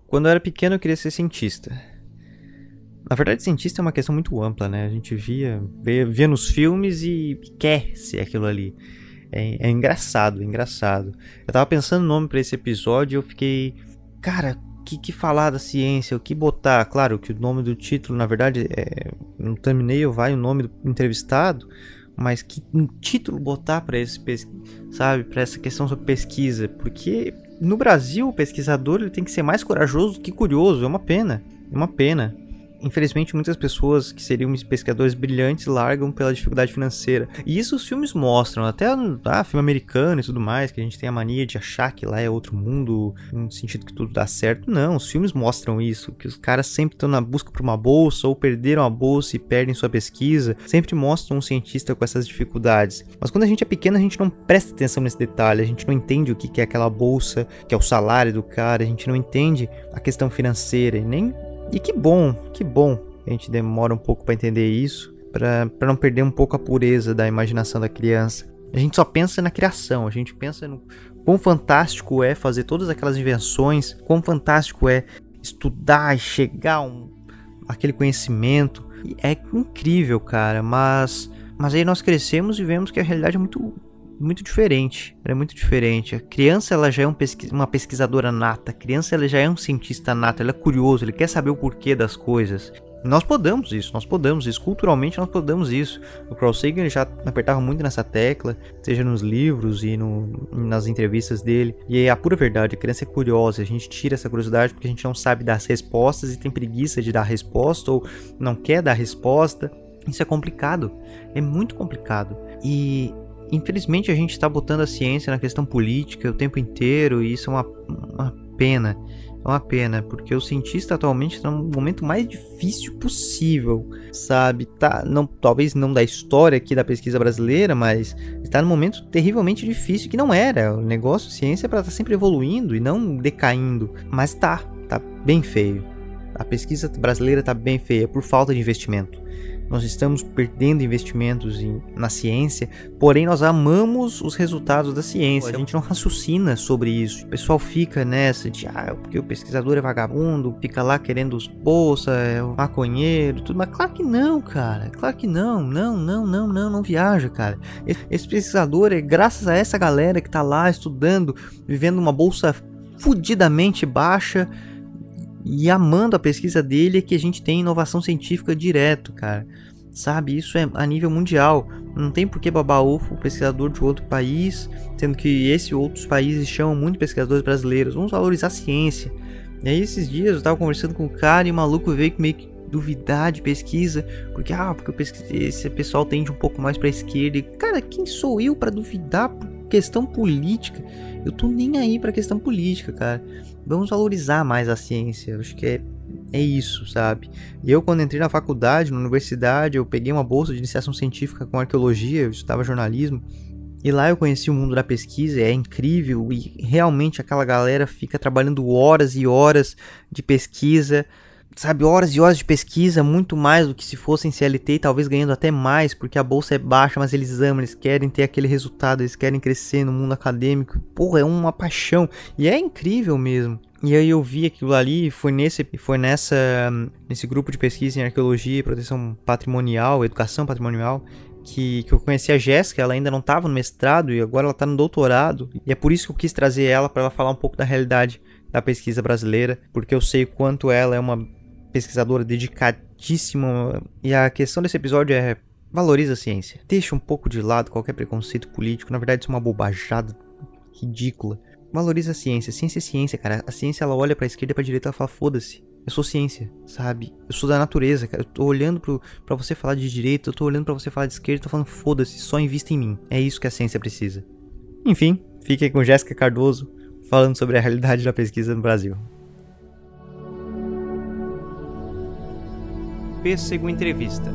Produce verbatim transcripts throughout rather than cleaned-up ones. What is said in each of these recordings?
Quando eu era pequeno eu queria ser cientista. Na verdade, cientista é uma questão muito ampla, né? A gente via, via, via nos filmes e quer ser aquilo ali. É, é engraçado, é engraçado. Eu tava pensando no nome pra esse episódio e eu fiquei... Cara, o que, que falar da ciência? O que botar? Claro que o nome do título, na verdade, é, no thumbnail vai o nome do entrevistado, mas que título botar pra esse, sabe, pra essa questão sobre pesquisa? Porque no Brasil o pesquisador ele tem que ser mais corajoso que curioso. É uma pena, é uma pena. Infelizmente, muitas pessoas que seriam pesquisadores brilhantes largam pela dificuldade financeira. E isso os filmes mostram, até ah, filme americano e tudo mais, que a gente tem a mania de achar que lá é outro mundo, no sentido que tudo dá certo. Não, os filmes mostram isso, que os caras sempre estão na busca por uma bolsa, ou perderam a bolsa e perdem sua pesquisa. Sempre mostram um cientista com essas dificuldades. Mas quando a gente é pequeno, a gente não presta atenção nesse detalhe, a gente não entende o que é aquela bolsa, que é o salário do cara, a gente não entende a questão financeira, e nem... E que bom, que bom a gente demora um pouco para entender isso, para não perder um pouco a pureza da imaginação da criança. A gente só pensa na criação, a gente pensa no quão fantástico é fazer todas aquelas invenções, quão fantástico é estudar e chegar a um, aquele conhecimento. É incrível, cara, mas, mas aí nós crescemos e vemos que a realidade é muito... muito diferente, é muito diferente. A criança ela já é um pesquis- uma pesquisadora nata, a criança ela já é um cientista nato, ela é curioso, ele quer saber o porquê das coisas. E nós podemos isso, nós podemos isso, culturalmente nós podemos isso. O Carl Sagan já apertava muito nessa tecla, seja nos livros e no, nas entrevistas dele. E é a pura verdade, a criança é curiosa, a gente tira essa curiosidade porque a gente não sabe dar as respostas e tem preguiça de dar a resposta ou não quer dar a resposta. Isso é complicado, é muito complicado. E... infelizmente a gente está botando a ciência na questão política o tempo inteiro e isso é uma, uma pena, é uma pena, porque o cientista atualmente está no momento mais difícil possível, sabe? Tá, não, talvez não da história aqui da pesquisa brasileira, mas está num momento terrivelmente difícil que não era. O negócio, ciência é para estar sempre evoluindo e não decaindo, mas tá, tá bem feio. A pesquisa brasileira tá bem feia por falta de investimento. Nós estamos perdendo investimentos em, na ciência, porém nós amamos os resultados da ciência. A gente não raciocina sobre isso. O pessoal fica nessa de, ah, porque o pesquisador é vagabundo, fica lá querendo os bolsa, é o maconheiro, tudo. Mas claro que não, cara. Claro que não, não, não, não, não, não viaja, cara. Esse pesquisador é graças a essa galera que tá lá estudando, vivendo uma bolsa fudidamente baixa, e amando a pesquisa dele é que a gente tem inovação científica direto, cara. Sabe, isso é a nível mundial. Não tem por que babar ovo o pesquisador de outro país, sendo que esses outros países chamam muito pesquisadores brasileiros. Vamos valorizar a ciência. E aí esses dias eu tava conversando com um cara e o maluco veio meio que duvidar de pesquisa, porque, ah, porque o pesquisa, esse pessoal tende um pouco mais pra esquerda. E, cara, quem sou eu pra duvidar por questão política? Eu tô nem aí pra questão política, cara. Vamos valorizar mais a ciência. Eu acho que é, é isso, sabe? E eu, quando entrei na faculdade, na universidade, eu peguei uma bolsa de iniciação científica com arqueologia, eu estudava jornalismo. E lá eu conheci o mundo da pesquisa, é incrível. E realmente aquela galera fica trabalhando horas e horas de pesquisa, sabe? Horas e horas de pesquisa, muito mais do que se fossem C L T, talvez ganhando até mais, porque a bolsa é baixa, mas eles amam, eles querem ter aquele resultado, eles querem crescer no mundo acadêmico. Porra, é uma paixão. E é incrível mesmo. E aí eu vi aquilo ali, foi nesse, foi nessa, nesse grupo de pesquisa em arqueologia, proteção patrimonial, educação patrimonial, que, que eu conheci a Jéssica. Ela ainda não estava no mestrado e agora ela está no doutorado. E é por isso que eu quis trazer ela, para ela falar um pouco da realidade da pesquisa brasileira, porque eu sei o quanto ela é uma pesquisadora dedicadíssima. E a questão desse episódio é: valoriza a ciência. Deixa um pouco de lado qualquer preconceito político. Na verdade isso é uma bobajada ridícula. Valoriza a ciência. Ciência é ciência, cara. A ciência, ela olha pra esquerda e pra direita e ela fala: foda-se, eu sou ciência, sabe? Eu sou da natureza, cara. Eu tô olhando pro, pra você falar de direita, eu tô olhando pra você falar de esquerda, tô falando: foda-se, só invista em mim. É isso que a ciência precisa. Enfim, fiquem com Jéssica Cardoso falando sobre a realidade da pesquisa no Brasil. Pêssego Entrevista.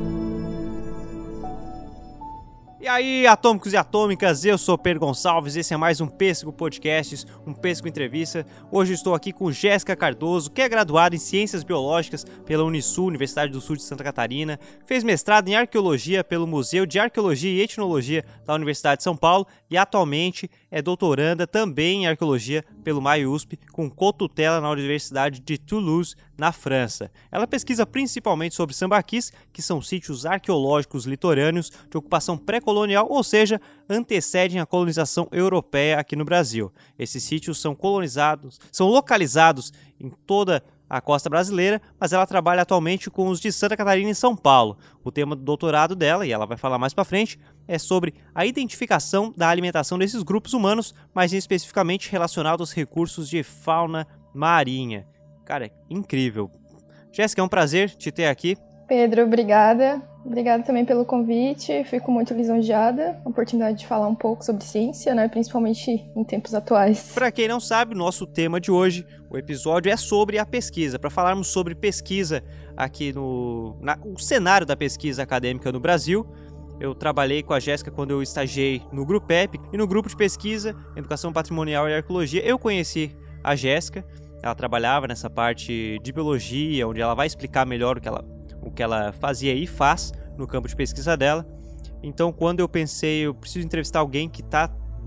E aí, atômicos e atômicas, eu sou Pedro Gonçalves, esse é mais um Pêssego Podcasts, um Pêssego Entrevista. Hoje estou aqui com Jéssica Cardoso, que é graduada em Ciências Biológicas pela Unisul, Universidade do Sul de Santa Catarina, fez mestrado em Arqueologia pelo Museu de Arqueologia e Etnologia da Universidade de São Paulo e atualmente é doutoranda também em arqueologia pelo M A I U S P, com cotutela na Universidade de Toulouse, na França. Ela pesquisa principalmente sobre sambaquis, que são sítios arqueológicos litorâneos de ocupação pré-colonial, ou seja, antecedem a colonização europeia aqui no Brasil. Esses sítios são colonizados, são localizados em toda a costa brasileira, mas ela trabalha atualmente com os de Santa Catarina e São Paulo. O tema do doutorado dela, e ela vai falar mais para frente, é sobre a identificação da alimentação desses grupos humanos, mas especificamente relacionado aos recursos de fauna marinha. Cara, incrível. Jéssica, é um prazer te ter aqui. Pedro, obrigada. Obrigada também pelo convite. Fico muito lisonjeada a oportunidade de falar um pouco sobre ciência, né? Principalmente em tempos atuais. Para quem não sabe, o nosso tema de hoje, o episódio é sobre a pesquisa. Para falarmos sobre pesquisa aqui no na, o cenário da pesquisa acadêmica no Brasil, eu trabalhei com a Jéssica quando eu estagiei no Grupep e no grupo de pesquisa Educação Patrimonial e Arqueologia. Eu conheci a Jéssica. Ela trabalhava nessa parte de biologia, onde ela vai explicar melhor o que ela o que ela fazia e faz no campo de pesquisa dela. Então, quando eu pensei, eu preciso entrevistar alguém que está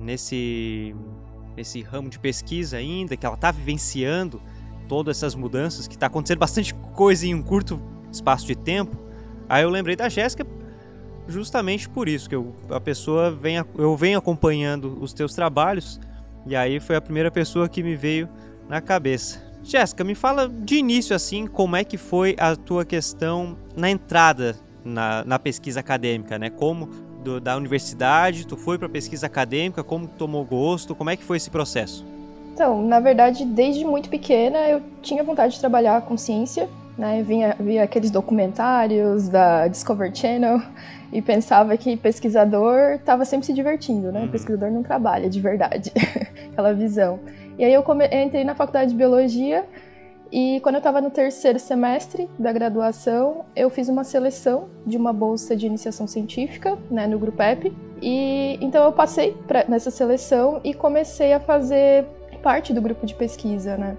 nesse, nesse ramo de pesquisa ainda, que ela está vivenciando todas essas mudanças, que está acontecendo bastante coisa em um curto espaço de tempo, aí eu lembrei da Jéssica justamente por isso, que eu, a pessoa vem, eu venho acompanhando os teus trabalhos, e aí foi a primeira pessoa que me veio na cabeça. Jéssica, me fala de início assim, como é que foi a tua questão na entrada na, na pesquisa acadêmica, né? Como do, da universidade, tu foi para pesquisa acadêmica, como tomou gosto, como é que foi esse processo? Então, na verdade, desde muito pequena eu tinha vontade de trabalhar com ciência, né? Eu vinha, via aqueles documentários da Discovery Channel e pensava que pesquisador estava sempre se divertindo, né? Uhum. Pesquisador não trabalha de verdade, aquela visão. E aí eu, come... eu entrei na faculdade de biologia e quando eu estava no terceiro semestre da graduação, eu fiz uma seleção de uma bolsa de iniciação científica, né, no Grupep. E então eu passei pra... nessa seleção e comecei a fazer parte do grupo de pesquisa, né?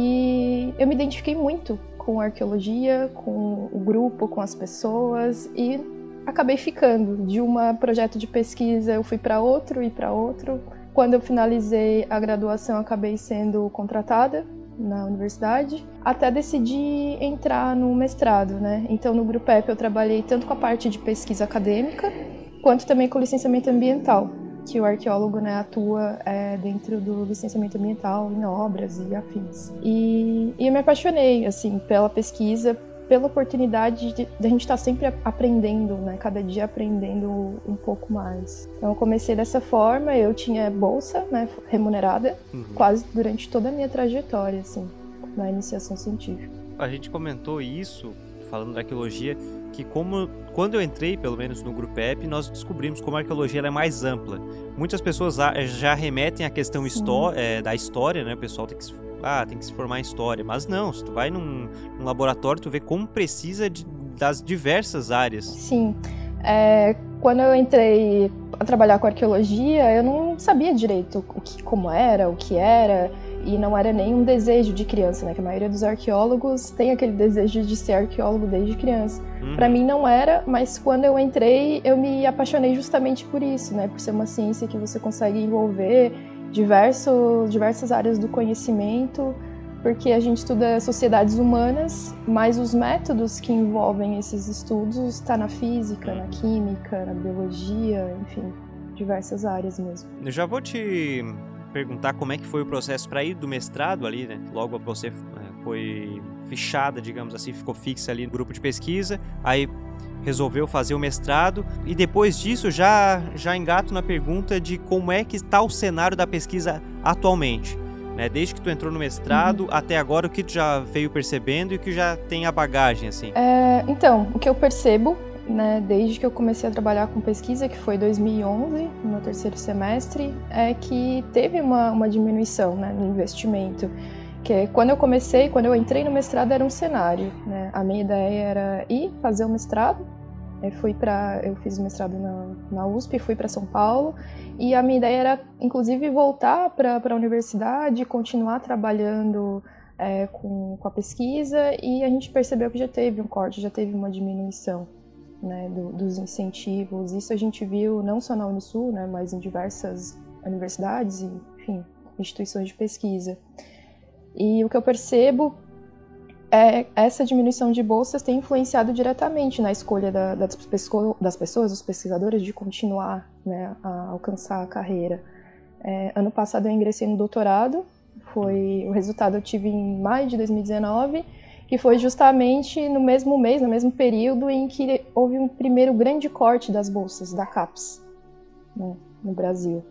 E eu me identifiquei muito com a arqueologia, com o grupo, com as pessoas e acabei ficando. De um projeto de pesquisa eu fui para outro e para outro. Quando eu finalizei a graduação, acabei sendo contratada na universidade, até decidir entrar no mestrado, né? Então, no Grupep eu trabalhei tanto com a parte de pesquisa acadêmica, quanto também com licenciamento ambiental, que o arqueólogo, né, atua é, dentro do licenciamento ambiental, em obras e afins. E, e eu me apaixonei, assim, pela pesquisa, pela oportunidade de, de a gente estar sempre aprendendo, né? Cada dia aprendendo um pouco mais. Então eu comecei dessa forma, eu tinha bolsa, né, remunerada, uhum. quase durante toda a minha trajetória, assim, na iniciação científica. A gente comentou isso, falando da arqueologia, que como, quando eu entrei, pelo menos no Grupep, nós descobrimos como a arqueologia ela é mais ampla. Muitas pessoas já remetem à questão histó- é, da história, né? O pessoal tem que se Ah, tem que se formar em história. Mas não, se tu vai num, num laboratório, tu vê como precisa de, das diversas áreas. Sim. É, quando eu entrei a trabalhar com arqueologia, eu não sabia direito o que, como era, o que era, e não era nem um desejo de criança, né? Que a maioria dos arqueólogos tem aquele desejo de ser arqueólogo desde criança. Uhum. Para mim não era, mas quando eu entrei, eu me apaixonei justamente por isso, né? Por ser uma ciência que você consegue envolver Diverso, diversas áreas do conhecimento, porque a gente estuda sociedades humanas, mas os métodos que envolvem esses estudos está na física, na química, na biologia, enfim, diversas áreas mesmo. Eu já vou te perguntar como é que foi o processo para ir do mestrado ali, né? Logo você foi fichada, digamos assim, ficou fixa ali no grupo de pesquisa, aí resolveu fazer o mestrado e depois disso já, já engato na pergunta de como é que está o cenário da pesquisa atualmente, né? Desde que tu entrou no mestrado uhum. até agora, o que tu já veio percebendo e o que já tem a bagagem, assim? É, então, o que eu percebo, né, desde que eu comecei a trabalhar com pesquisa, que foi dois mil e onze, no meu terceiro semestre, é que teve uma, uma diminuição, né, no investimento. Que quando eu comecei, quando eu entrei no mestrado, era um cenário, né? A minha ideia era ir fazer o mestrado. Eu, fui pra, eu fiz o mestrado na, na U S P, fui para São Paulo, e a minha ideia era, inclusive, voltar para a universidade, continuar trabalhando é, com, com a pesquisa, e a gente percebeu que já teve um corte, já teve uma diminuição, né, do, dos incentivos. Isso a gente viu não só na Unisul, né, mas em diversas universidades e, enfim, instituições de pesquisa. E o que eu percebo é essa diminuição de bolsas tem influenciado diretamente na escolha da, das, pesco, das pessoas, dos pesquisadores, de continuar, né, a alcançar a carreira. É, ano passado eu ingressei no doutorado, foi, o resultado eu tive em maio de dois mil e dezenove, que foi justamente no mesmo mês, no mesmo período em que houve um primeiro grande corte das bolsas da CAPES, né, no Brasil.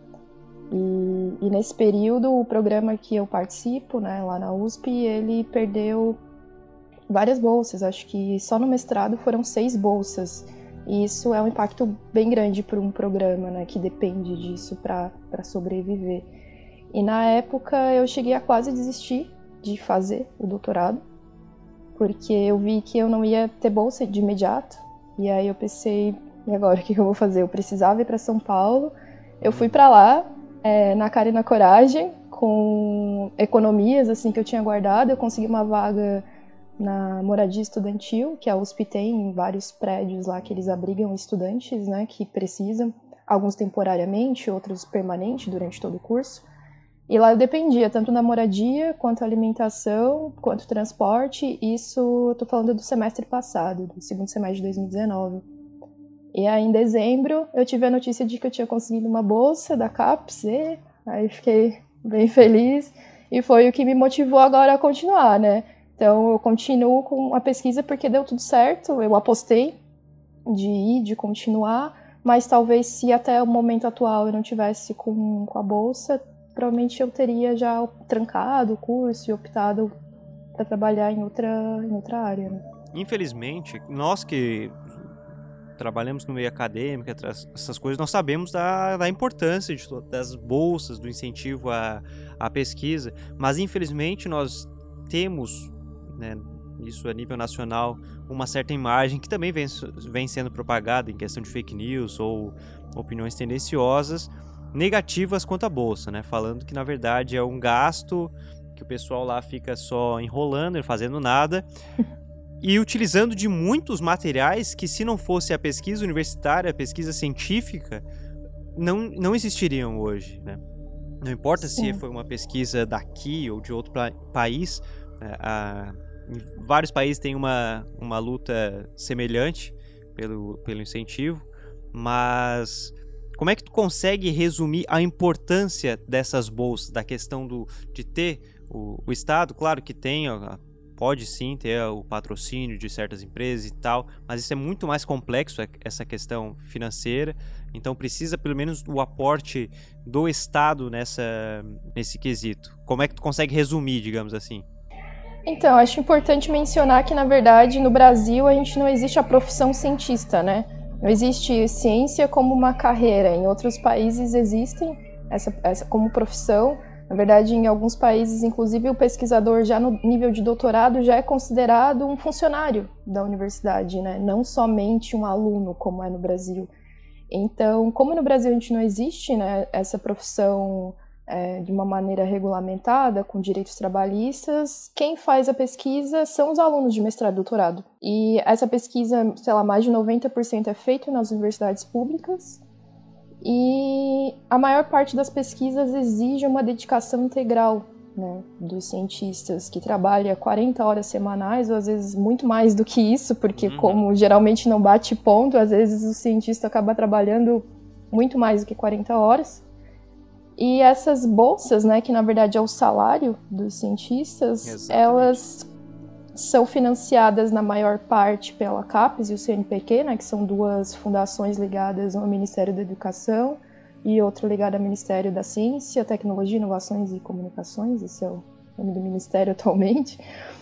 E, e nesse período, o programa que eu participo, né, lá na U S P, ele perdeu várias bolsas, acho que só no mestrado foram seis bolsas. E isso é um impacto bem grande para um programa, né, que depende disso para sobreviver. E na época eu cheguei a quase desistir de fazer o doutorado, porque eu vi que eu não ia ter bolsa de imediato. E aí eu pensei, e agora o que eu vou fazer? Eu precisava ir para São Paulo. Eu fui para lá, é, na cara e na coragem, com economias assim que eu tinha guardado. Eu consegui uma vaga na moradia estudantil, que a U S P tem em vários prédios lá que eles abrigam estudantes, né, que precisam, alguns temporariamente, outros permanente durante todo o curso. E lá eu dependia tanto da moradia, quanto alimentação, quanto transporte. Isso eu tô falando do semestre passado, do segundo semestre de dois mil e dezenove. E aí em dezembro eu tive a notícia de que eu tinha conseguido uma bolsa da CAPES, e aí fiquei bem feliz, e foi o que me motivou agora a continuar, né? Então, eu continuo com a pesquisa porque deu tudo certo, eu apostei de ir, de continuar, mas talvez se até o momento atual eu não tivesse com, com a bolsa, provavelmente eu teria já trancado o curso e optado para trabalhar em outra, em outra área, né? Infelizmente, nós que trabalhamos no meio acadêmico, essas coisas, nós sabemos da, da importância de, das bolsas, do incentivo à, à pesquisa, mas infelizmente nós temos, né, isso a nível nacional, uma certa imagem que também vem, vem sendo propagada em questão de fake news ou opiniões tendenciosas negativas quanto à bolsa, né? Falando que na verdade é um gasto que o pessoal lá fica só enrolando e fazendo nada e utilizando de muitos materiais que, se não fosse a pesquisa universitária, a pesquisa científica, não, não existiriam hoje, né? Não importa Sim. se foi uma pesquisa daqui ou de outro pra, país, a, em vários países tem uma, uma luta semelhante pelo, pelo incentivo, mas como é que tu consegue resumir a importância dessas bolsas, da questão do, de ter o, o Estado, claro que tem, pode sim ter o patrocínio de certas empresas e tal, mas isso é muito mais complexo, essa questão financeira, então precisa pelo menos do aporte do Estado nessa, nesse quesito. Como é que tu consegue resumir, digamos assim? Então, acho importante mencionar que, na verdade, no Brasil a gente não existe a profissão cientista, né? Não existe ciência como uma carreira. Em outros países existem essa, essa como profissão. Na verdade, em alguns países, inclusive, o pesquisador já no nível de doutorado já é considerado um funcionário da universidade, né? Não somente um aluno, como é no Brasil. Então, como no Brasil a gente não existe, né, essa profissão é, de uma maneira regulamentada, com direitos trabalhistas, quem faz a pesquisa são os alunos de mestrado e doutorado. E essa pesquisa, sei lá, mais de noventa por cento é feita nas universidades públicas, e a maior parte das pesquisas exige uma dedicação integral, né, dos cientistas, que trabalham quarenta horas semanais, ou às vezes muito mais do que isso, porque uhum. como geralmente não bate ponto, às vezes o cientista acaba trabalhando muito mais do que quarenta horas. E essas bolsas, né, que na verdade é o salário dos cientistas, Exatamente. Elas são financiadas na maior parte pela CAPES e o C N Pq, né, que são duas fundações ligadas ao Ministério da Educação e outra ligada ao Ministério da Ciência, Tecnologia, Inovações e Comunicações, esse é o nome do ministério atualmente.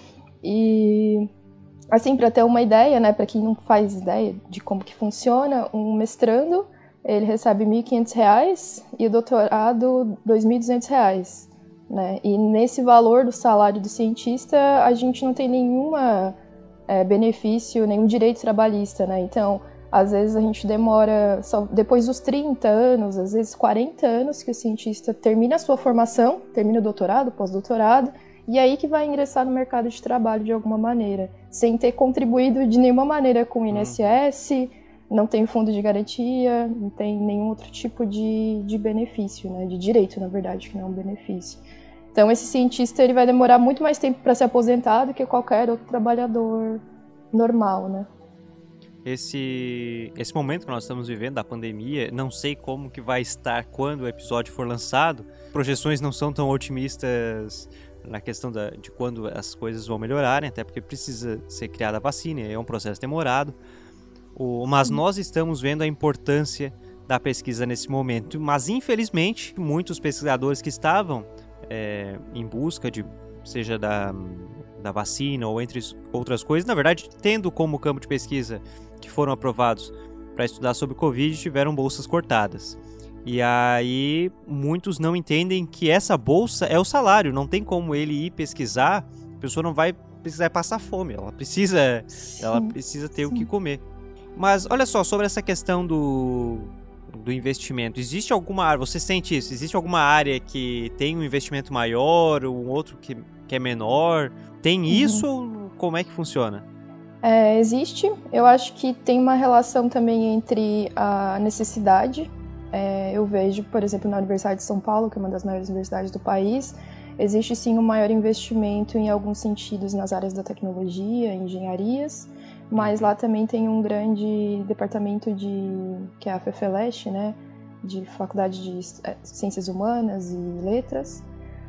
E, assim, para ter uma ideia, né, para quem não faz ideia de como que funciona, um mestrando, ele recebe mil e quinhentos reais e o doutorado dois mil e duzentos reais. Né? E nesse valor do salário do cientista, a gente não tem nenhum é, benefício, nenhum direito trabalhista, né? Então, às vezes a gente demora, só depois dos trinta anos, às vezes quarenta anos, que o cientista termina a sua formação, termina o doutorado, pós-doutorado, e aí que vai ingressar no mercado de trabalho de alguma maneira, sem ter contribuído de nenhuma maneira com o I N S S, não tem fundo de garantia, não tem nenhum outro tipo de, de benefício, né? De direito, na verdade, que não é um benefício. Então, esse cientista ele vai demorar muito mais tempo para se aposentar do que qualquer outro trabalhador normal, né? Esse, esse momento que nós estamos vivendo, da pandemia, não sei como que vai estar quando o episódio for lançado. Projeções não são tão otimistas na questão da, de quando as coisas vão melhorarem, até porque precisa ser criada a vacina, é um processo demorado. O, mas nós estamos vendo a importância da pesquisa nesse momento. Mas, infelizmente, muitos pesquisadores que estavam é, em busca de, seja da, da vacina ou entre outras coisas, na verdade, tendo como campo de pesquisa que foram aprovados para estudar sobre Covid, tiveram bolsas cortadas. E aí, muitos não entendem que essa bolsa é o salário, não tem como ele ir pesquisar, a pessoa não vai precisar passar fome, ela precisa, ela precisa ter sim. o que comer. Mas olha só, sobre essa questão do, do investimento, existe alguma área, você sente isso, existe alguma área que tem um investimento maior, ou um outro que, que é menor? Tem isso uhum. ou como é que funciona? É, existe, eu acho que tem uma relação também entre a necessidade. É, eu vejo, por exemplo, na Universidade de São Paulo, que é uma das maiores universidades do país, existe sim um maior investimento em alguns sentidos nas áreas da tecnologia, engenharias, mas lá também tem um grande departamento de, que é a FEFELESH, né, de Faculdade de Ciências Humanas e Letras,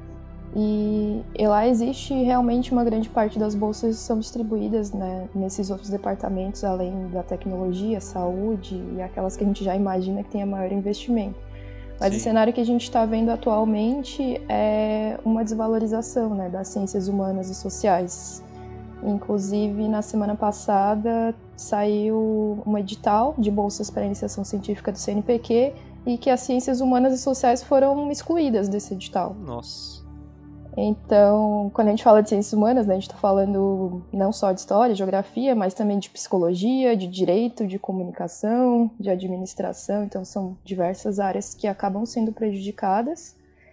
e, e lá existe realmente uma grande parte das bolsas que são distribuídas, né, nesses outros departamentos, além da tecnologia, saúde e aquelas que a gente já imagina que tenha maior investimento. Mas Sim. o cenário que a gente está vendo atualmente é uma desvalorização, né, das ciências humanas e sociais. Inclusive, na semana passada, saiu um edital de bolsas para iniciação científica do C N P Q e que as ciências humanas e sociais foram excluídas desse edital. Nossa. Então, quando a gente fala de ciências humanas, né, a gente está falando não só de história, geografia, mas também de psicologia, de direito, de comunicação, de administração. Então, são diversas áreas que acabam sendo prejudicadas.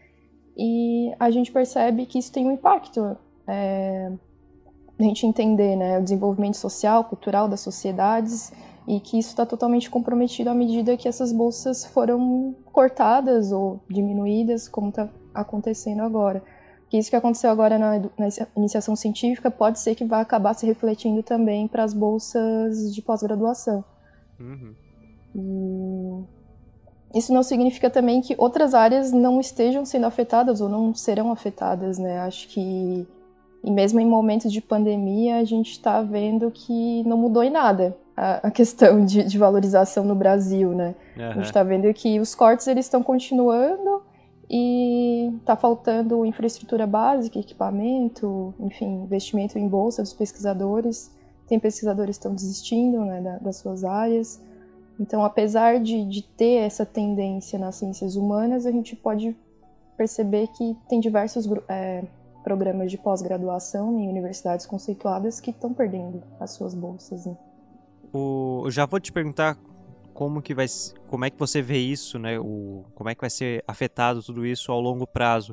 E a gente percebe que isso tem um impacto. É, a gente entender, né, o desenvolvimento social, cultural das sociedades e que isso está totalmente comprometido à medida que essas bolsas foram cortadas ou diminuídas, como está acontecendo agora. Que isso que aconteceu agora na, na iniciação científica pode ser que vá acabar se refletindo também para as bolsas de pós-graduação. Uhum. E isso não significa também que outras áreas não estejam sendo afetadas ou não serão afetadas, né? Acho que, e mesmo em momentos de pandemia, a gente está vendo que não mudou em nada a, a questão de, de valorização no Brasil, né? Uhum. A gente está vendo que os cortes eles estão continuando, e está faltando infraestrutura básica, equipamento, enfim, investimento em bolsa dos pesquisadores. Tem pesquisadores que estão desistindo, né, da, das suas áreas. Então, apesar de, de ter essa tendência nas ciências humanas, a gente pode perceber que tem diversos é, programas de pós-graduação em universidades conceituadas que estão perdendo as suas bolsas. Né? O, eu já vou te perguntar como que vai, como é que você vê isso, né? O, como é que vai ser afetado tudo isso ao longo prazo.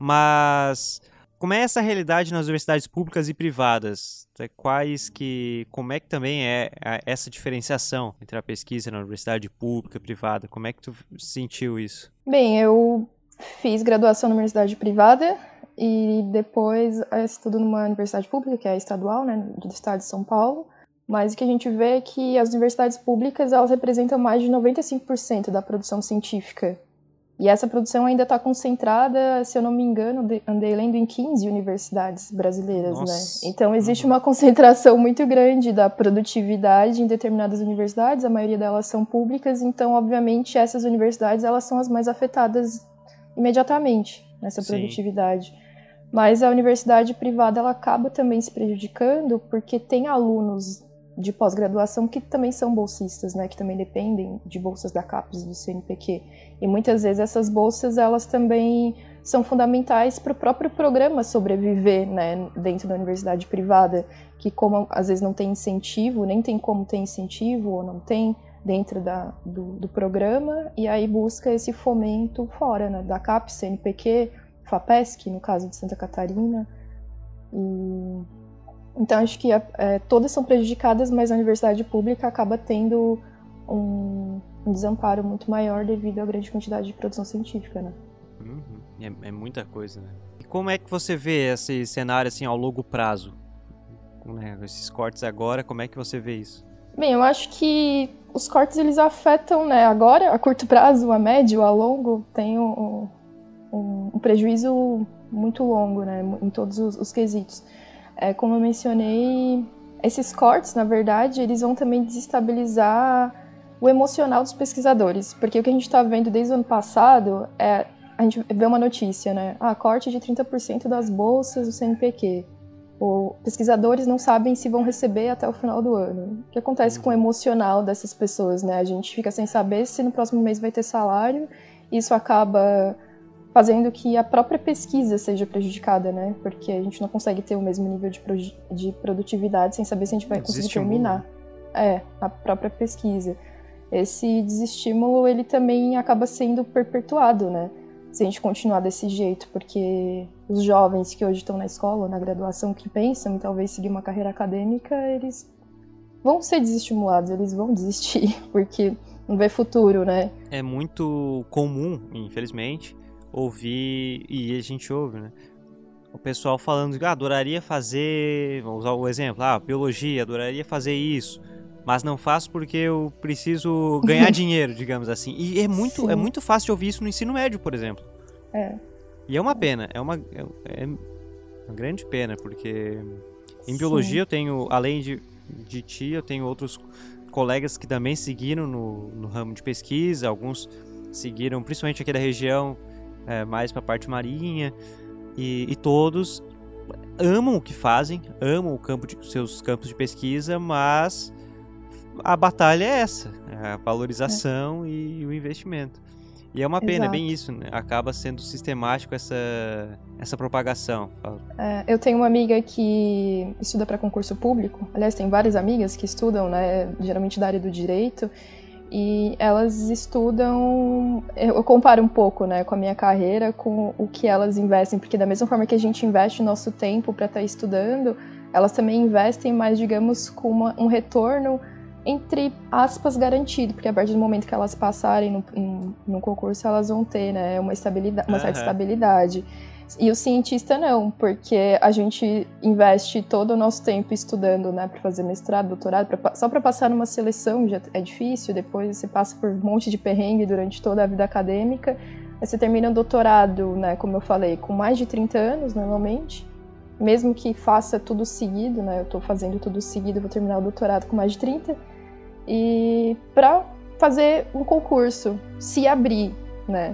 Mas como é essa realidade nas universidades públicas e privadas? Quais que, como é que também é essa diferenciação entre a pesquisa na universidade pública e privada? Como é que tu sentiu isso? Bem, eu fiz graduação na universidade privada e depois estudo numa universidade pública, que é a estadual, né, do estado de São Paulo. Mas o que a gente vê é que as universidades públicas elas representam mais de noventa e cinco por cento da produção científica. E essa produção ainda está concentrada, se eu não me engano, andei lendo em quinze universidades brasileiras, Nossa. né? Então existe uma concentração muito grande da produtividade em determinadas universidades, a maioria delas são públicas, então obviamente essas universidades elas são as mais afetadas imediatamente nessa Sim. produtividade. Mas a universidade privada ela acaba também se prejudicando porque tem alunos de pós-graduação que também são bolsistas, né, que também dependem de bolsas da CAPES e do C N P Q. E muitas vezes essas bolsas elas também são fundamentais para o próprio programa sobreviver, né, dentro da universidade privada, que como às vezes não tem incentivo, nem tem como ter incentivo ou não tem dentro da, do, do programa, e aí busca esse fomento fora, né, da CAPES, C N P Q, FAPESC, no caso de Santa Catarina. E então, acho que é, todas são prejudicadas, mas a universidade pública acaba tendo um, um desamparo muito maior devido à grande quantidade de produção científica, né? Uhum. É, é muita coisa, né? E como é que você vê esse cenário assim ao longo prazo? Né? Esses cortes agora, como é que você vê isso? Bem, eu acho que os cortes eles afetam, né, agora, a curto prazo, a médio, a longo, tem um, um, um prejuízo muito longo, né, em todos os, os quesitos. É, como eu mencionei, esses cortes, na verdade, eles vão também desestabilizar o emocional dos pesquisadores, porque o que a gente está vendo desde o ano passado é, a gente vê uma notícia, né, ah, corte de trinta por cento das bolsas do C N P Q. Os pesquisadores não sabem se vão receber até o final do ano. O que acontece com o emocional dessas pessoas, né? A gente fica sem saber se no próximo mês vai ter salário, e isso acaba fazendo que a própria pesquisa seja prejudicada, né? Porque a gente não consegue ter o mesmo nível de, pro... de produtividade sem saber se a gente vai conseguir terminar. É, a própria pesquisa. Esse desestímulo, ele também acaba sendo perpetuado, né? Se a gente continuar desse jeito, porque os jovens que hoje estão na escola, na graduação, que pensam em talvez seguir uma carreira acadêmica, eles vão ser desestimulados, eles vão desistir, porque não vê futuro, né? É muito comum, infelizmente, ouvir, e a gente ouve, né? O pessoal falando que ah, adoraria fazer, vou usar o exemplo, ah, biologia, adoraria fazer isso, mas não faço porque eu preciso ganhar dinheiro, digamos assim. E é muito, é muito fácil de ouvir isso no ensino médio, por exemplo. É. E é uma pena, é uma, é, é uma grande pena, porque em biologia Sim. eu tenho, além de, de ti, eu tenho outros colegas que também seguiram no, no ramo de pesquisa, alguns seguiram, principalmente aqui da região, é, mais para a parte marinha, e, e todos amam o que fazem, amam o campo de, seus campos de pesquisa, mas a batalha é essa, a valorização é. e o investimento. E é uma pena, Exato. bem isso, né? Acaba sendo sistemático essa, essa propagação. É, eu tenho uma amiga que estuda para concurso público, aliás, tem várias amigas que estudam, né, geralmente da área do direito, e elas estudam, eu comparo um pouco, né, com a minha carreira, com o que elas investem, porque da mesma forma que a gente investe o nosso tempo para estar estudando, elas também investem mais, digamos, com uma, um retorno entre aspas, garantido, porque a partir do momento que elas passarem no, no, no concurso, elas vão ter, né, uma, estabilidade, uma uhum. certa estabilidade. E o cientista não, porque a gente investe todo o nosso tempo estudando, né, para fazer mestrado, doutorado, pra, só para passar numa seleção já é difícil, depois você passa por um monte de perrengue durante toda a vida acadêmica, aí você termina o doutorado, né, como eu falei, com mais de trinta anos, normalmente, mesmo que faça tudo seguido, né, eu estou fazendo tudo seguido, vou terminar o doutorado com mais de trinta, e para fazer um concurso, se abrir, né?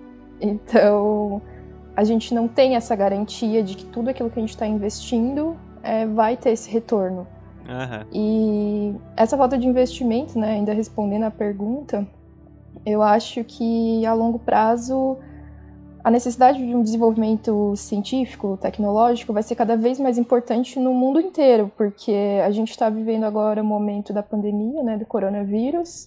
Então, a gente não tem essa garantia de que tudo aquilo que a gente está investindo é, vai ter esse retorno. Uhum. E essa falta de investimento, né, ainda respondendo à pergunta, eu acho que a longo prazo a necessidade de um desenvolvimento científico, tecnológico, vai ser cada vez mais importante no mundo inteiro, porque a gente está vivendo agora o momento da pandemia, né, do coronavírus,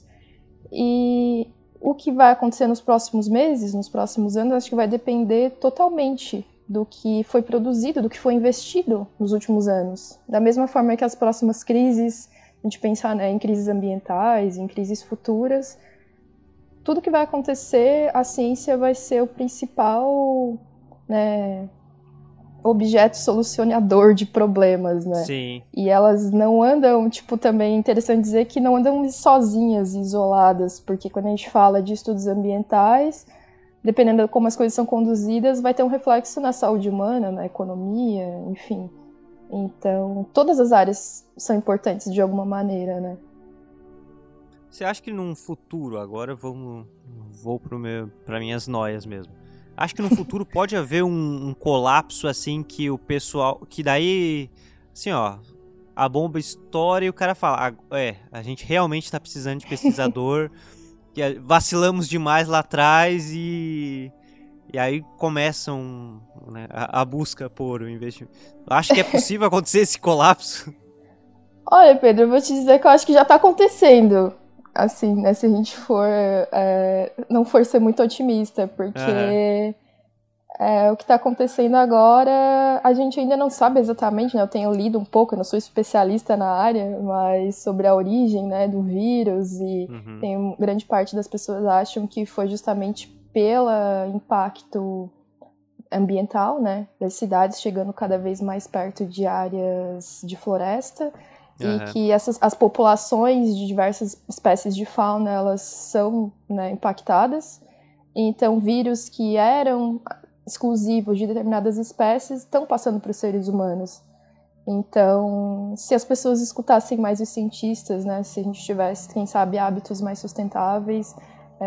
e o que vai acontecer nos próximos meses, nos próximos anos, acho que vai depender totalmente do que foi produzido, do que foi investido nos últimos anos. Da mesma forma que as próximas crises, a gente pensar, né, em crises ambientais, em crises futuras, tudo que vai acontecer, a ciência vai ser o principal, né, objeto solucionador de problemas, né? Sim. E elas não andam, tipo, também é interessante dizer que não andam sozinhas, isoladas, porque quando a gente fala de estudos ambientais, dependendo de como as coisas são conduzidas, vai ter um reflexo na saúde humana, na economia, enfim. Então, todas as áreas são importantes de alguma maneira, né? Você acha que num futuro, agora vamos, vou para minhas noias mesmo, acho que no futuro pode haver um, um colapso assim que o pessoal, que daí, assim ó, a bomba estoura e o cara fala, ah, é, a gente realmente está precisando de pesquisador, que vacilamos demais lá atrás e, e aí começam, né, a, a busca por o investimento. Acho que é possível acontecer esse colapso? Olha, Pedro, eu vou te dizer que eu acho que já está acontecendo. Assim, né, se a gente for, é, não for ser muito otimista, porque uhum. É, o que está acontecendo agora, a gente ainda não sabe exatamente, né? Eu tenho lido um pouco, eu não sou especialista na área, mas sobre a origem, né, do vírus, e Uhum. tem grande parte das pessoas acham que foi justamente pelo impacto ambiental, né, das cidades chegando cada vez mais perto de áreas de floresta, Uhum. e que essas, as populações de diversas espécies de fauna, elas são, né, impactadas. Então, vírus que eram exclusivos de determinadas espécies estão passando para os seres humanos. Então, se as pessoas escutassem mais os cientistas, né, se a gente tivesse, quem sabe, hábitos mais sustentáveis,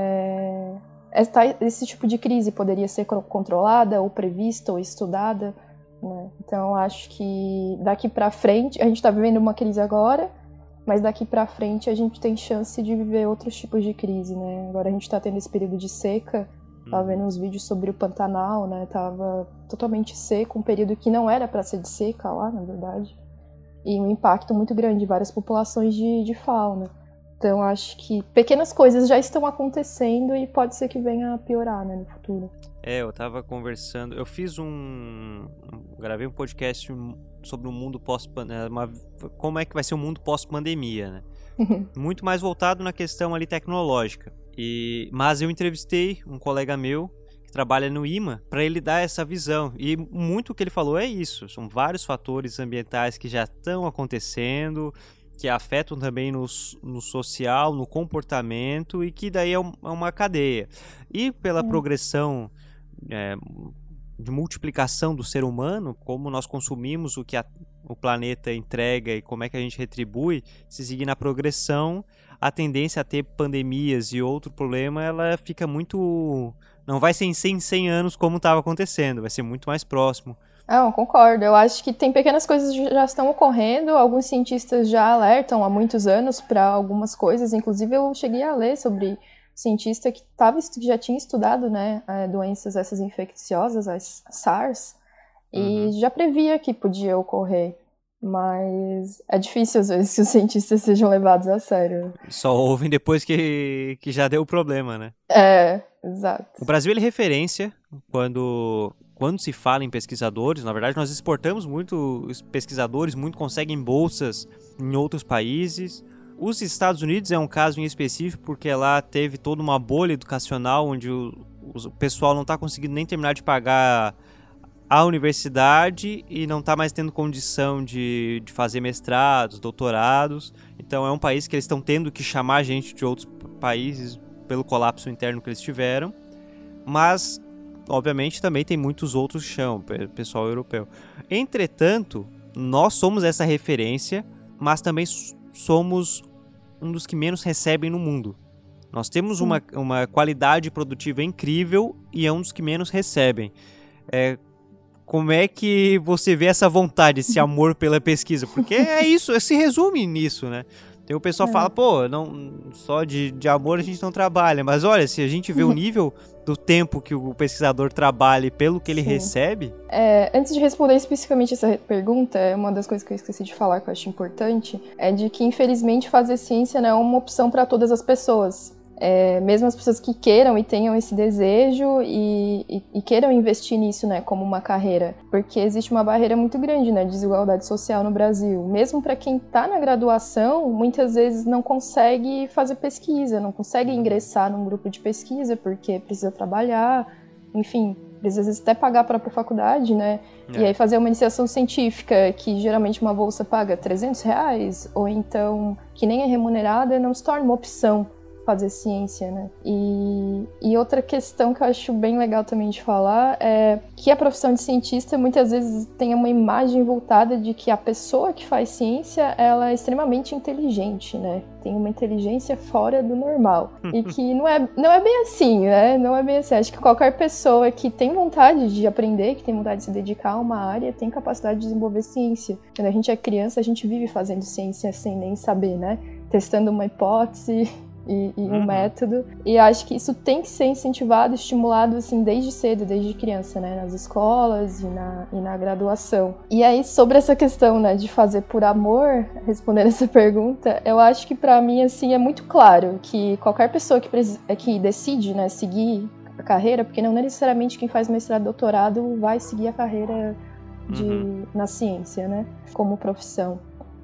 é, esse tipo de crise poderia ser controlada, ou prevista, ou estudada, né? Então, acho que daqui para frente, a gente está vivendo uma crise agora, mas daqui para frente a gente tem chance de viver outros tipos de crise, né? Agora a gente está tendo esse período de seca. Tava vendo uns vídeos sobre o Pantanal, né? Tava totalmente seco, um período que não era para ser de seca lá, na verdade. E um impacto muito grande, várias populações de, de fauna. Então, acho que pequenas coisas já estão acontecendo e pode ser que venha a piorar, né, no futuro. É, eu tava conversando, eu fiz um... gravei um podcast sobre o mundo pós-pandemia, como é que vai ser o mundo pós-pandemia, né? Muito mais voltado na questão ali tecnológica. E, mas eu entrevistei um colega meu que trabalha no I M A para ele dar essa visão. E muito o que ele falou é isso. São vários fatores ambientais que já estão acontecendo, que afetam também no, no social, no comportamento, e que daí é, um, é uma cadeia. E pela hum. progressão é, de multiplicação do ser humano, como nós consumimos o que a, o planeta entrega e como é que a gente retribui, se seguir na progressão, a tendência a ter pandemias e outro problema, ela fica muito... Não vai ser em cem, cem anos como estava acontecendo, vai ser muito mais próximo. Não, concordo. Eu acho que tem pequenas coisas que já estão ocorrendo, alguns cientistas já alertam há muitos anos para algumas coisas, inclusive eu cheguei a ler sobre cientista que, tava, que já tinha estudado, né, doenças essas infecciosas, as SARS, e uhum. já previa que podia ocorrer. Mas é difícil, às vezes, que os cientistas sejam levados a sério. Só ouvem depois que, que já deu problema, né? É, exato. O Brasil, ele é referência quando, quando se fala em pesquisadores. Na verdade, nós exportamos muitos pesquisadores, muito conseguem bolsas em outros países. Os Estados Unidos é um caso em específico, porque lá teve toda uma bolha educacional, onde o, o pessoal não está conseguindo nem terminar de pagar a universidade e não está mais tendo condição de, de fazer mestrados, doutorados. Então é um país que eles estão tendo que chamar gente de outros países pelo colapso interno que eles tiveram. Mas, obviamente, também tem muitos outros chão, pessoal europeu. Entretanto, nós somos essa referência, mas também somos um dos que menos recebem no mundo. Nós temos uma, uma qualidade produtiva incrível e é um dos que menos recebem. É... Como é que você vê essa vontade, esse amor pela pesquisa? Porque é isso, se resume nisso, né? Tem o pessoal que é. fala, pô, não, só de, de amor a gente não trabalha. Mas olha, se a gente vê o nível do tempo que o pesquisador trabalha e pelo que ele Sim. recebe... É, antes de responder especificamente essa pergunta, uma das coisas que eu esqueci de falar que eu acho importante é de que, infelizmente, fazer ciência não é uma opção para todas as pessoas. É, mesmo as pessoas que queiram e tenham esse desejo e, e, e queiram investir nisso, né, como uma carreira, porque existe uma barreira muito grande, né, de desigualdade social no Brasil. Mesmo para quem está na graduação, muitas vezes não consegue fazer pesquisa, não consegue ingressar num grupo de pesquisa porque precisa trabalhar, enfim, precisa às vezes até pagar a própria faculdade, né, é. E aí fazer uma iniciação científica que geralmente uma bolsa paga trezentos reais, ou então que nem é remunerada, não se torna uma opção fazer ciência, né? E, e outra questão que eu acho bem legal também de falar é que a profissão de cientista muitas vezes tem uma imagem voltada de que a pessoa que faz ciência, ela é extremamente inteligente, né? Tem uma inteligência fora do normal. E que não é, não é bem assim, né? Não é bem assim. Acho que qualquer pessoa que tem vontade de aprender, que tem vontade de se dedicar a uma área, tem capacidade de desenvolver ciência. Quando a gente é criança, a gente vive fazendo ciência sem nem saber, né? Testando uma hipótese... E, e um uhum. método, e acho que isso tem que ser incentivado, estimulado assim desde cedo, desde criança, né, nas escolas e na, e na graduação. E aí, sobre essa questão, né, de fazer por amor, respondendo essa pergunta, eu acho que pra mim, assim, é muito claro que qualquer pessoa que, que decide, né, seguir a carreira, porque não necessariamente quem faz mestrado e doutorado vai seguir a carreira de, uhum. na ciência, né, como profissão.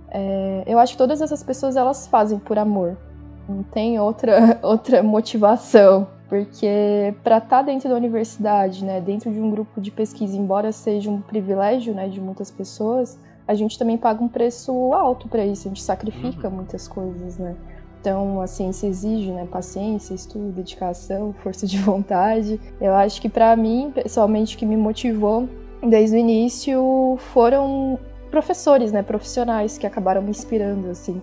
É, eu acho que todas essas pessoas, elas fazem por amor, não tem outra, outra motivação, porque para estar dentro da universidade, né, dentro de um grupo de pesquisa, embora seja um privilégio, né, de muitas pessoas, a gente também paga um preço alto para isso, a gente sacrifica uhum. muitas coisas, né. Então, a ciência exige, né, paciência, estudo, dedicação, força de vontade. Eu acho que para mim, pessoalmente, o que me motivou desde o início foram professores, né, profissionais que acabaram me inspirando, assim,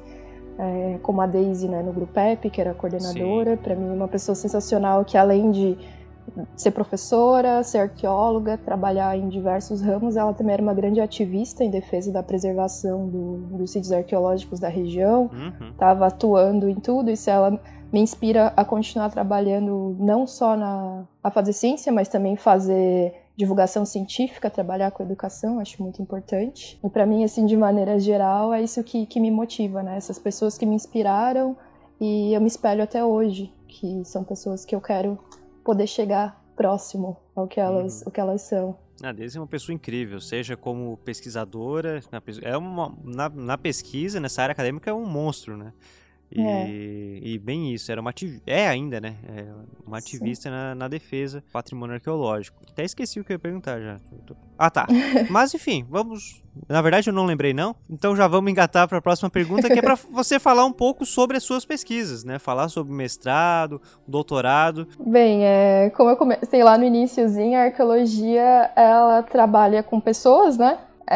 é, como a Daisy, né, no Grupo E P, que era a coordenadora. Para mim, uma pessoa sensacional que, além de ser professora, ser arqueóloga, trabalhar em diversos ramos, ela também era uma grande ativista em defesa da preservação do, dos sítios arqueológicos da região, estava uhum. atuando em tudo, isso ela me inspira a continuar trabalhando não só na, a fazer ciência, mas também fazer divulgação científica, trabalhar com educação, acho muito importante. E para mim, assim, de maneira geral, é isso que, que me motiva, né? Essas pessoas que me inspiraram e eu me espelho até hoje, que são pessoas que eu quero poder chegar próximo ao que elas, uhum. o que elas são. A Daisy é uma pessoa incrível, seja como pesquisadora, na, é uma, na, na pesquisa, nessa área acadêmica, é um monstro, né? E, é. e bem isso, era uma ativista, é ainda, né? É uma ativista na, na defesa do patrimônio arqueológico. Até esqueci o que eu ia perguntar já. Ah, tá. Mas enfim, vamos... Na verdade eu não lembrei não, então já vamos engatar para a próxima pergunta, que é para você falar um pouco sobre as suas pesquisas, né? Falar sobre mestrado, doutorado. Bem, é, como eu comecei lá no iniciozinho, a arqueologia, ela trabalha com pessoas, né?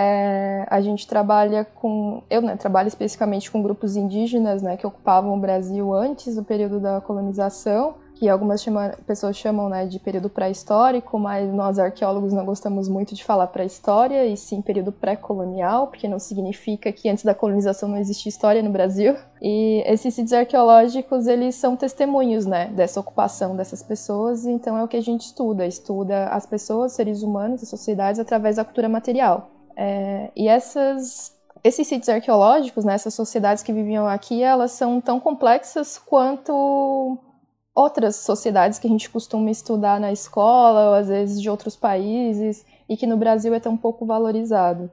É, a gente trabalha com... Eu né, trabalho especificamente com grupos indígenas, né, que ocupavam o Brasil antes do período da colonização, que algumas chama, pessoas chamam, né, de período pré-histórico, mas nós arqueólogos não gostamos muito de falar pré-história, e sim período pré-colonial, porque não significa que antes da colonização não existia história no Brasil. E esses sítios arqueológicos, eles são testemunhos, né, dessa ocupação dessas pessoas, e então é o que a gente estuda, estuda as pessoas, seres humanos, as sociedades, através da cultura material. É, e essas, esses sítios arqueológicos, né, essas sociedades que viviam aqui, elas são tão complexas quanto outras sociedades que a gente costuma estudar na escola, ou às vezes de outros países, e que no Brasil é tão pouco valorizado.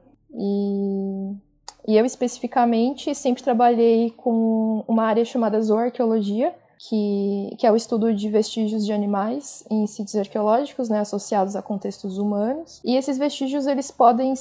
E, e eu especificamente sempre trabalhei com uma área chamada zooarqueologia, Que, que é o estudo de vestígios de animais em sítios arqueológicos, né, associados a contextos humanos. E esses vestígios, eles podem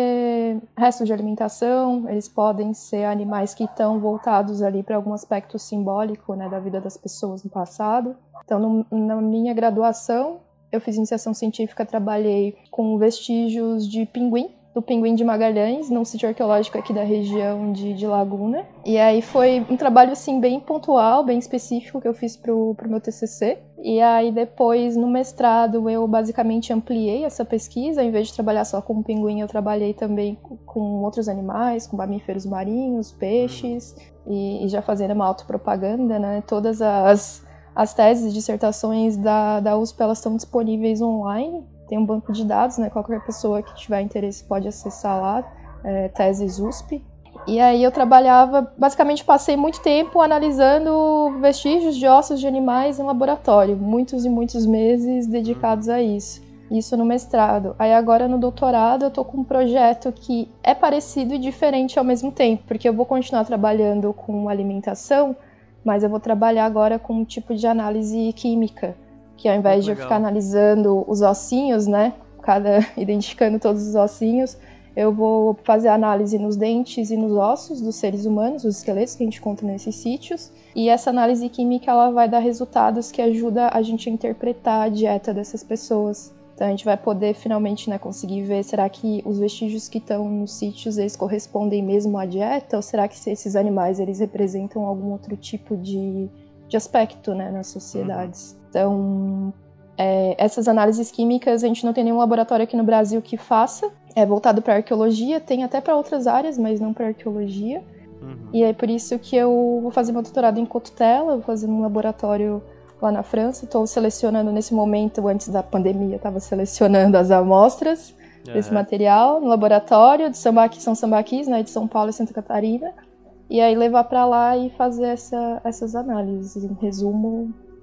ser restos de alimentação, eles podem ser animais que estão voltados ali para algum aspecto simbólico, né, da vida das pessoas no passado. Então, no, na minha graduação, eu fiz iniciação científica, trabalhei com vestígios de pinguim, do Pinguim de Magalhães, num sítio arqueológico aqui da região de, de Laguna. E aí foi um trabalho, assim, bem pontual, bem específico que eu fiz pro, pro meu T C C. E aí depois, no mestrado, eu basicamente ampliei essa pesquisa. Ao invés de trabalhar só com pinguim, eu trabalhei também com outros animais, com mamíferos marinhos, peixes, e, e já fazendo uma autopropaganda, né? Todas as, as teses e dissertações da, da U S P, elas estão disponíveis online. Tem um banco de dados, né? Qualquer pessoa que tiver interesse pode acessar lá, é, Teses U S P. E aí eu trabalhava, basicamente passei muito tempo analisando vestígios de ossos de animais em laboratório, muitos e muitos meses dedicados a isso. Isso no mestrado. Aí agora no doutorado eu tô com um projeto que é parecido e diferente ao mesmo tempo, porque eu vou continuar trabalhando com alimentação, mas eu vou trabalhar agora com um tipo de análise química, que ao invés de eu ficar analisando os ossinhos, né, cada, identificando todos os ossinhos, eu vou fazer análise nos dentes e nos ossos dos seres humanos, os esqueletos que a gente encontra nesses sítios, e essa análise química ela vai dar resultados que ajuda a gente a interpretar a dieta dessas pessoas. Então a gente vai poder finalmente, né, conseguir ver, será que os vestígios que estão nos sítios, eles correspondem mesmo à dieta, ou será que esses animais eles representam algum outro tipo de, de aspecto, né, nas sociedades. Uhum. Então, é, essas análises químicas a gente não tem nenhum laboratório aqui no Brasil que faça, é voltado para arqueologia, tem até para outras áreas, mas não para arqueologia. Uhum. E é por isso que eu vou fazer meu doutorado em Cotutela, vou fazer num laboratório lá na França. Estou selecionando nesse momento, antes da pandemia, estava selecionando as amostras uhum. desse material no laboratório de Sambaqui, São Sambaquis, né, de São Paulo e Santa Catarina. E aí levar para lá e fazer essa, essas análises. Em resumo,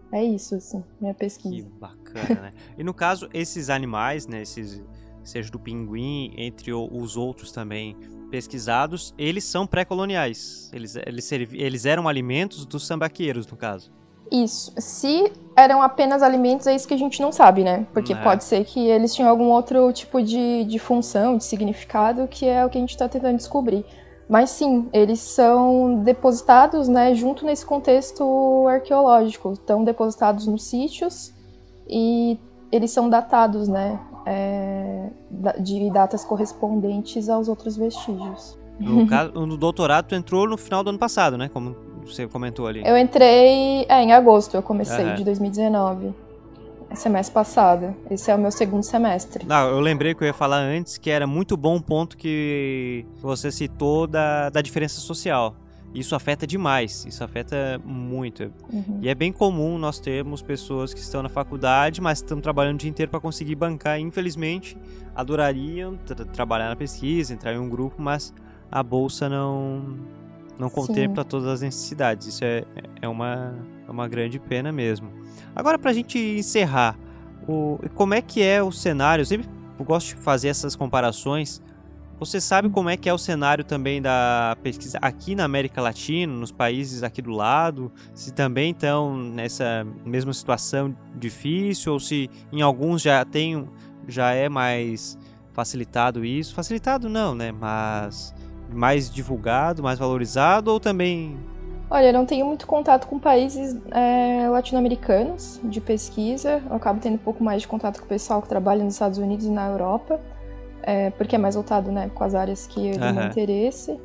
É isso, assim, minha Que pesquisa. bacana, né? E no caso, esses animais, né, esses, seja do pinguim, entre o- os outros também pesquisados, eles são pré-coloniais. Eles, eles, servi- eles eram alimentos dos sambaqueiros, no caso. Isso. Se eram apenas alimentos, é isso que a gente não sabe, né? Porque É. pode ser que eles tinham algum outro tipo de, de função, de significado, que é o que a gente está tentando descobrir. Mas sim, eles são depositados, né, junto nesse contexto arqueológico. Estão depositados nos sítios e eles são datados, né, é, da- de datas correspondentes aos outros vestígios. No caso, no doutorado, tu entrou no final do ano passado, né? Como você comentou ali. Eu entrei, é, em agosto, eu comecei, Aham. de dois mil e dezenove. Semestre passado. Esse é o meu segundo semestre. Não, eu lembrei que eu ia falar antes que era muito bom um ponto que você citou da, da diferença social. Isso afeta demais, isso afeta muito. Uhum. E é bem comum nós termos pessoas que estão na faculdade, mas estão trabalhando o dia inteiro para conseguir bancar. Infelizmente, adorariam tra- trabalhar na pesquisa, entrar em um grupo, mas a bolsa não, não contempla todas as necessidades. Isso é, é, uma, é uma grande pena mesmo. Agora, para a gente encerrar, o, como é que é o cenário? Eu sempre gosto de fazer essas comparações. Você sabe como é que é o cenário também da pesquisa aqui na América Latina, nos países aqui do lado? Se também estão nessa mesma situação difícil ou se em alguns já tem, já é mais facilitado isso? Facilitado não, né? Mas mais divulgado, mais valorizado ou também... Olha, eu não tenho muito contato com países é, latino-americanos de pesquisa. Eu acabo tendo um pouco mais de contato com o pessoal que trabalha nos Estados Unidos e na Europa, é, porque é mais voltado, né, com as áreas que eu tenho interesse.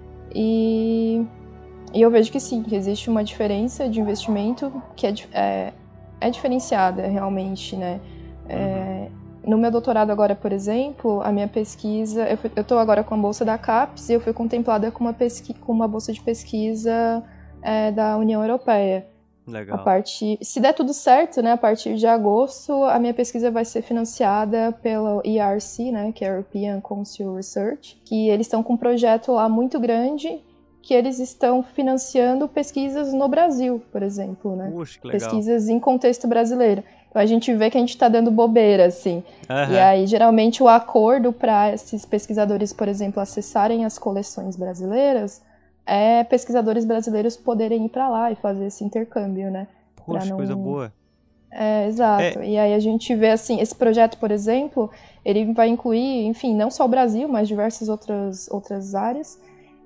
E, e eu vejo que sim, que existe uma diferença de investimento que é, é, é diferenciada realmente, né? É, uhum. No meu doutorado agora, por exemplo, a minha pesquisa... Eu estou agora com a bolsa da CAPES e eu fui contemplada com uma, pesqui, com uma bolsa de pesquisa... É, da União Europeia. Legal. A partir, se der tudo certo, né, a partir de agosto, a minha pesquisa vai ser financiada pelo E R C, né, que é European Council Research, que eles estão com um projeto lá muito grande, que eles estão financiando pesquisas no Brasil, por exemplo, né? Puxa, que legal. Pesquisas em contexto brasileiro. Então a gente vê que a gente está dando bobeira, assim. Uhum. E aí, geralmente, o acordo para esses pesquisadores, por exemplo, acessarem as coleções brasileiras é pesquisadores brasileiros poderem ir para lá e fazer esse intercâmbio, né? Poxa, não... coisa boa. É, exato. É... E aí a gente vê, assim, esse projeto, por exemplo, ele vai incluir, enfim, não só o Brasil, mas diversas outras, outras áreas.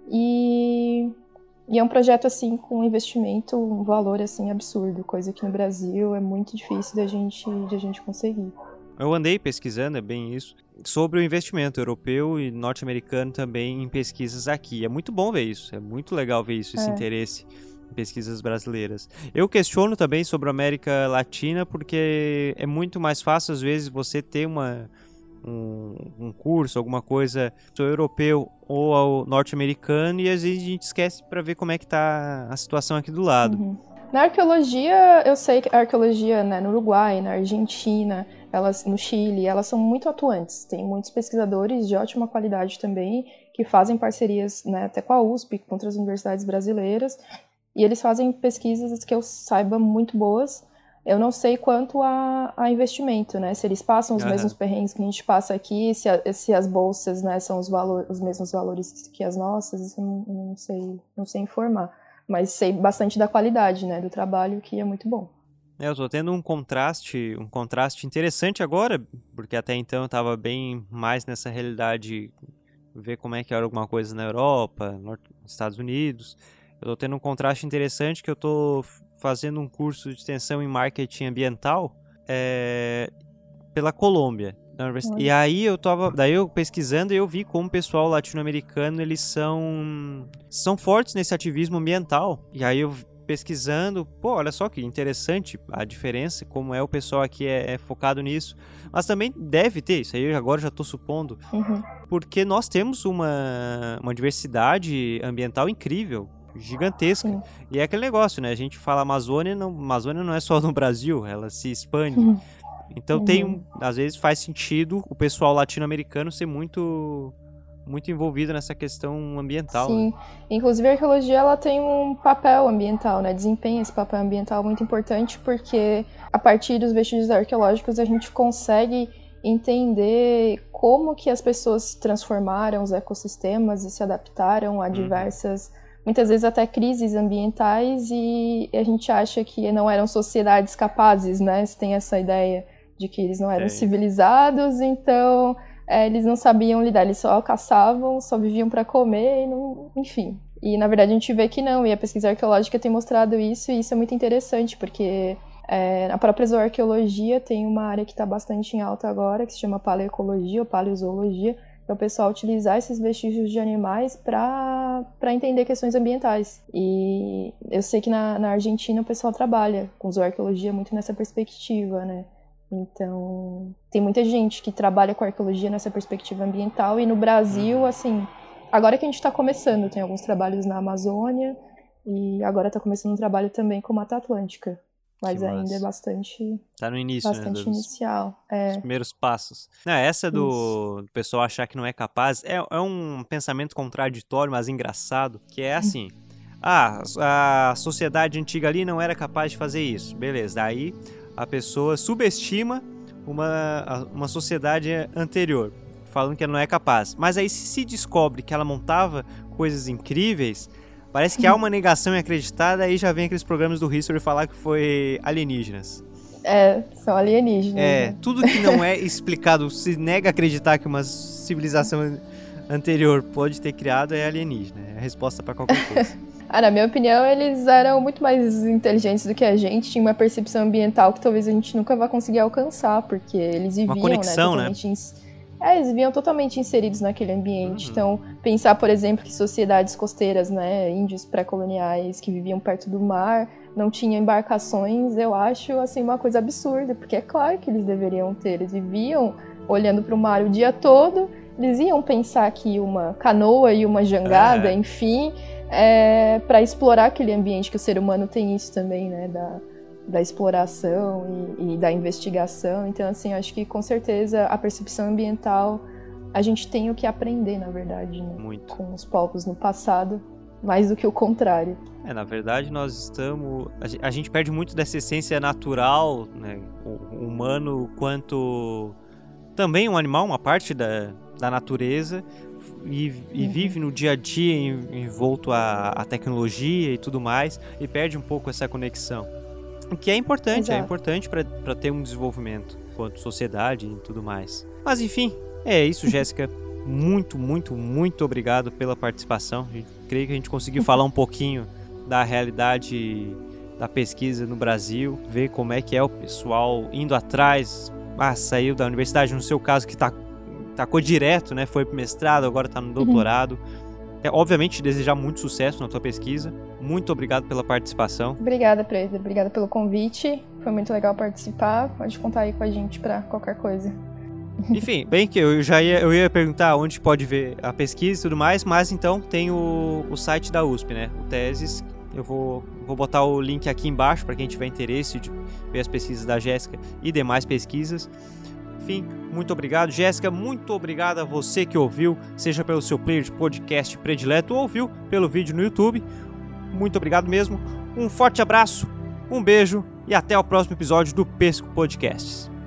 E... e é um projeto, assim, com investimento, um valor, assim, absurdo, coisa que no Brasil é muito difícil da gente, de a gente conseguir. Eu andei pesquisando, é bem isso, sobre o investimento europeu e norte-americano também em pesquisas aqui. É muito bom ver isso, é muito legal ver isso, esse é. interesse em pesquisas brasileiras. Eu questiono também sobre a América Latina porque é muito mais fácil, às vezes, você ter uma, um, um curso, alguma coisa europeu ou norte-americano e às vezes a gente esquece para ver como é que está a situação aqui do lado. Uhum. Na arqueologia, eu sei que a arqueologia, né, no Uruguai, na Argentina, elas, no Chile, elas são muito atuantes. Tem muitos pesquisadores de ótima qualidade também, que fazem parcerias, né, até com a U S P, com outras universidades brasileiras, e eles fazem pesquisas que eu saiba muito boas. Eu não sei quanto a, a investimento, né, se eles passam os uhum. mesmos perrengues que a gente passa aqui, se, a, se as bolsas, né, são os, valor, os mesmos valores que as nossas, isso eu não, não sei, não sei informar. Mas sei bastante da qualidade, né, do trabalho, que é muito bom. É, eu tô tendo um contraste, um contraste interessante agora, porque até então eu tava bem mais nessa realidade, ver como é que era alguma coisa na Europa, nos Estados Unidos. Eu tô tendo um contraste interessante que eu tô fazendo um curso de extensão em marketing ambiental é, pela Colômbia. E aí eu tava, daí eu pesquisando e eu vi como o pessoal latino-americano, eles são são fortes nesse ativismo ambiental. E aí eu pesquisando, pô, olha só que interessante a diferença, como é o pessoal aqui é, é focado nisso. Mas também deve ter, isso aí eu agora já tô supondo, uhum. porque nós temos uma, uma diversidade ambiental incrível, gigantesca. Sim. E é aquele negócio, né? A gente fala Amazônia, não, Amazônia não é só no Brasil, ela se expande. Uhum. Então uhum. tem, às vezes faz sentido o pessoal latino-americano ser muito, muito envolvido nessa questão ambiental. Sim, né? Inclusive a arqueologia ela tem um papel ambiental, né? Desempenha esse papel ambiental muito importante porque a partir dos vestígios arqueológicos a gente consegue entender como que as pessoas transformaram os ecossistemas e se adaptaram a diversas, uhum. muitas vezes até crises ambientais, e a gente acha que não eram sociedades capazes, né? Você tem essa ideia de que eles não eram é. civilizados, então é, eles não sabiam lidar, eles só caçavam, só viviam para comer, e não, enfim. E na verdade a gente vê que não, e a pesquisa arqueológica tem mostrado isso, e isso é muito interessante, porque é, a própria zooarqueologia tem uma área que está bastante em alta agora, que se chama paleoecologia ou paleozoologia, para o pessoal utilizar esses vestígios de animais para entender questões ambientais. E eu sei que na, na Argentina o pessoal trabalha com zooarqueologia muito nessa perspectiva, né? Então, tem muita gente que trabalha com arqueologia nessa perspectiva ambiental, e no Brasil, assim, agora que a gente está começando, tem alguns trabalhos na Amazônia, e agora está começando um trabalho também com Mata Atlântica, mas ainda é bastante, tá no início, bastante né, dos, inicial. É. Os primeiros passos. Não, essa do, do pessoal achar que não é capaz, é, é um pensamento contraditório, mas engraçado, que é assim, ah, a sociedade antiga ali não era capaz de fazer isso, beleza, aí a pessoa subestima uma, uma sociedade anterior, falando que ela não é capaz. Mas aí se se descobre que ela montava coisas incríveis, parece que há uma negação inacreditada, aí já vem aqueles programas do History falar que foi alienígenas. É, são alienígenas. É, né? Tudo que não é explicado, se nega a acreditar que uma civilização anterior pode ter criado, é alienígena. É a resposta para qualquer coisa. Ah, na minha opinião, eles eram muito mais inteligentes do que a gente, tinham uma percepção ambiental que talvez a gente nunca vá conseguir alcançar, porque eles viviam, uma conexão, né, totalmente né? Ins... É, eles viviam totalmente inseridos naquele ambiente. Uhum. Então, pensar, por exemplo, que sociedades costeiras, né, índios pré-coloniais que viviam perto do mar, não tinham embarcações, eu acho, assim, uma coisa absurda, porque é claro que eles deveriam ter, eles viviam olhando para o mar o dia todo, eles iam pensar que uma canoa e uma jangada, é. enfim... É, para explorar aquele ambiente, que o ser humano tem isso também, né, da, da exploração e, e da investigação. Então, assim, acho que com certeza a percepção ambiental, a gente tem o que aprender, na verdade, né, Muito. com os povos no passado, mais do que o contrário. É, na verdade, nós estamos... A gente perde muito dessa essência natural, né, o humano, quanto também um animal, uma parte da, da natureza, E, e uhum. vive no dia a dia envolto a, a tecnologia e tudo mais, e perde um pouco essa conexão. O que é importante, Exato. é importante para ter um desenvolvimento quanto sociedade e tudo mais. Mas enfim, é isso, Jéssica. Muito, muito, muito obrigado pela participação. Eu creio que a gente conseguiu falar um pouquinho da realidade da pesquisa no Brasil, ver como é que é o pessoal indo atrás, ah, saiu da universidade, no seu caso que está tacou direto, né? Foi pro mestrado, agora tá no doutorado. Uhum. É, obviamente, desejar muito sucesso na tua pesquisa. Muito obrigado pela participação. Obrigada, Pedro. Obrigada pelo convite. Foi muito legal participar. Pode contar aí com a gente para qualquer coisa. Enfim, bem que eu já ia, eu ia perguntar onde pode ver a pesquisa e tudo mais, mas então tem o, o site da U S P, né? O Teses. Eu vou, vou botar o link aqui embaixo para quem tiver interesse de ver as pesquisas da Jéssica e demais pesquisas. Enfim, muito obrigado, Jéssica, muito obrigado a você que ouviu, seja pelo seu player de podcast predileto ou ouviu pelo vídeo no YouTube. Muito obrigado mesmo, um forte abraço, um beijo e até o próximo episódio do Pesco Podcasts.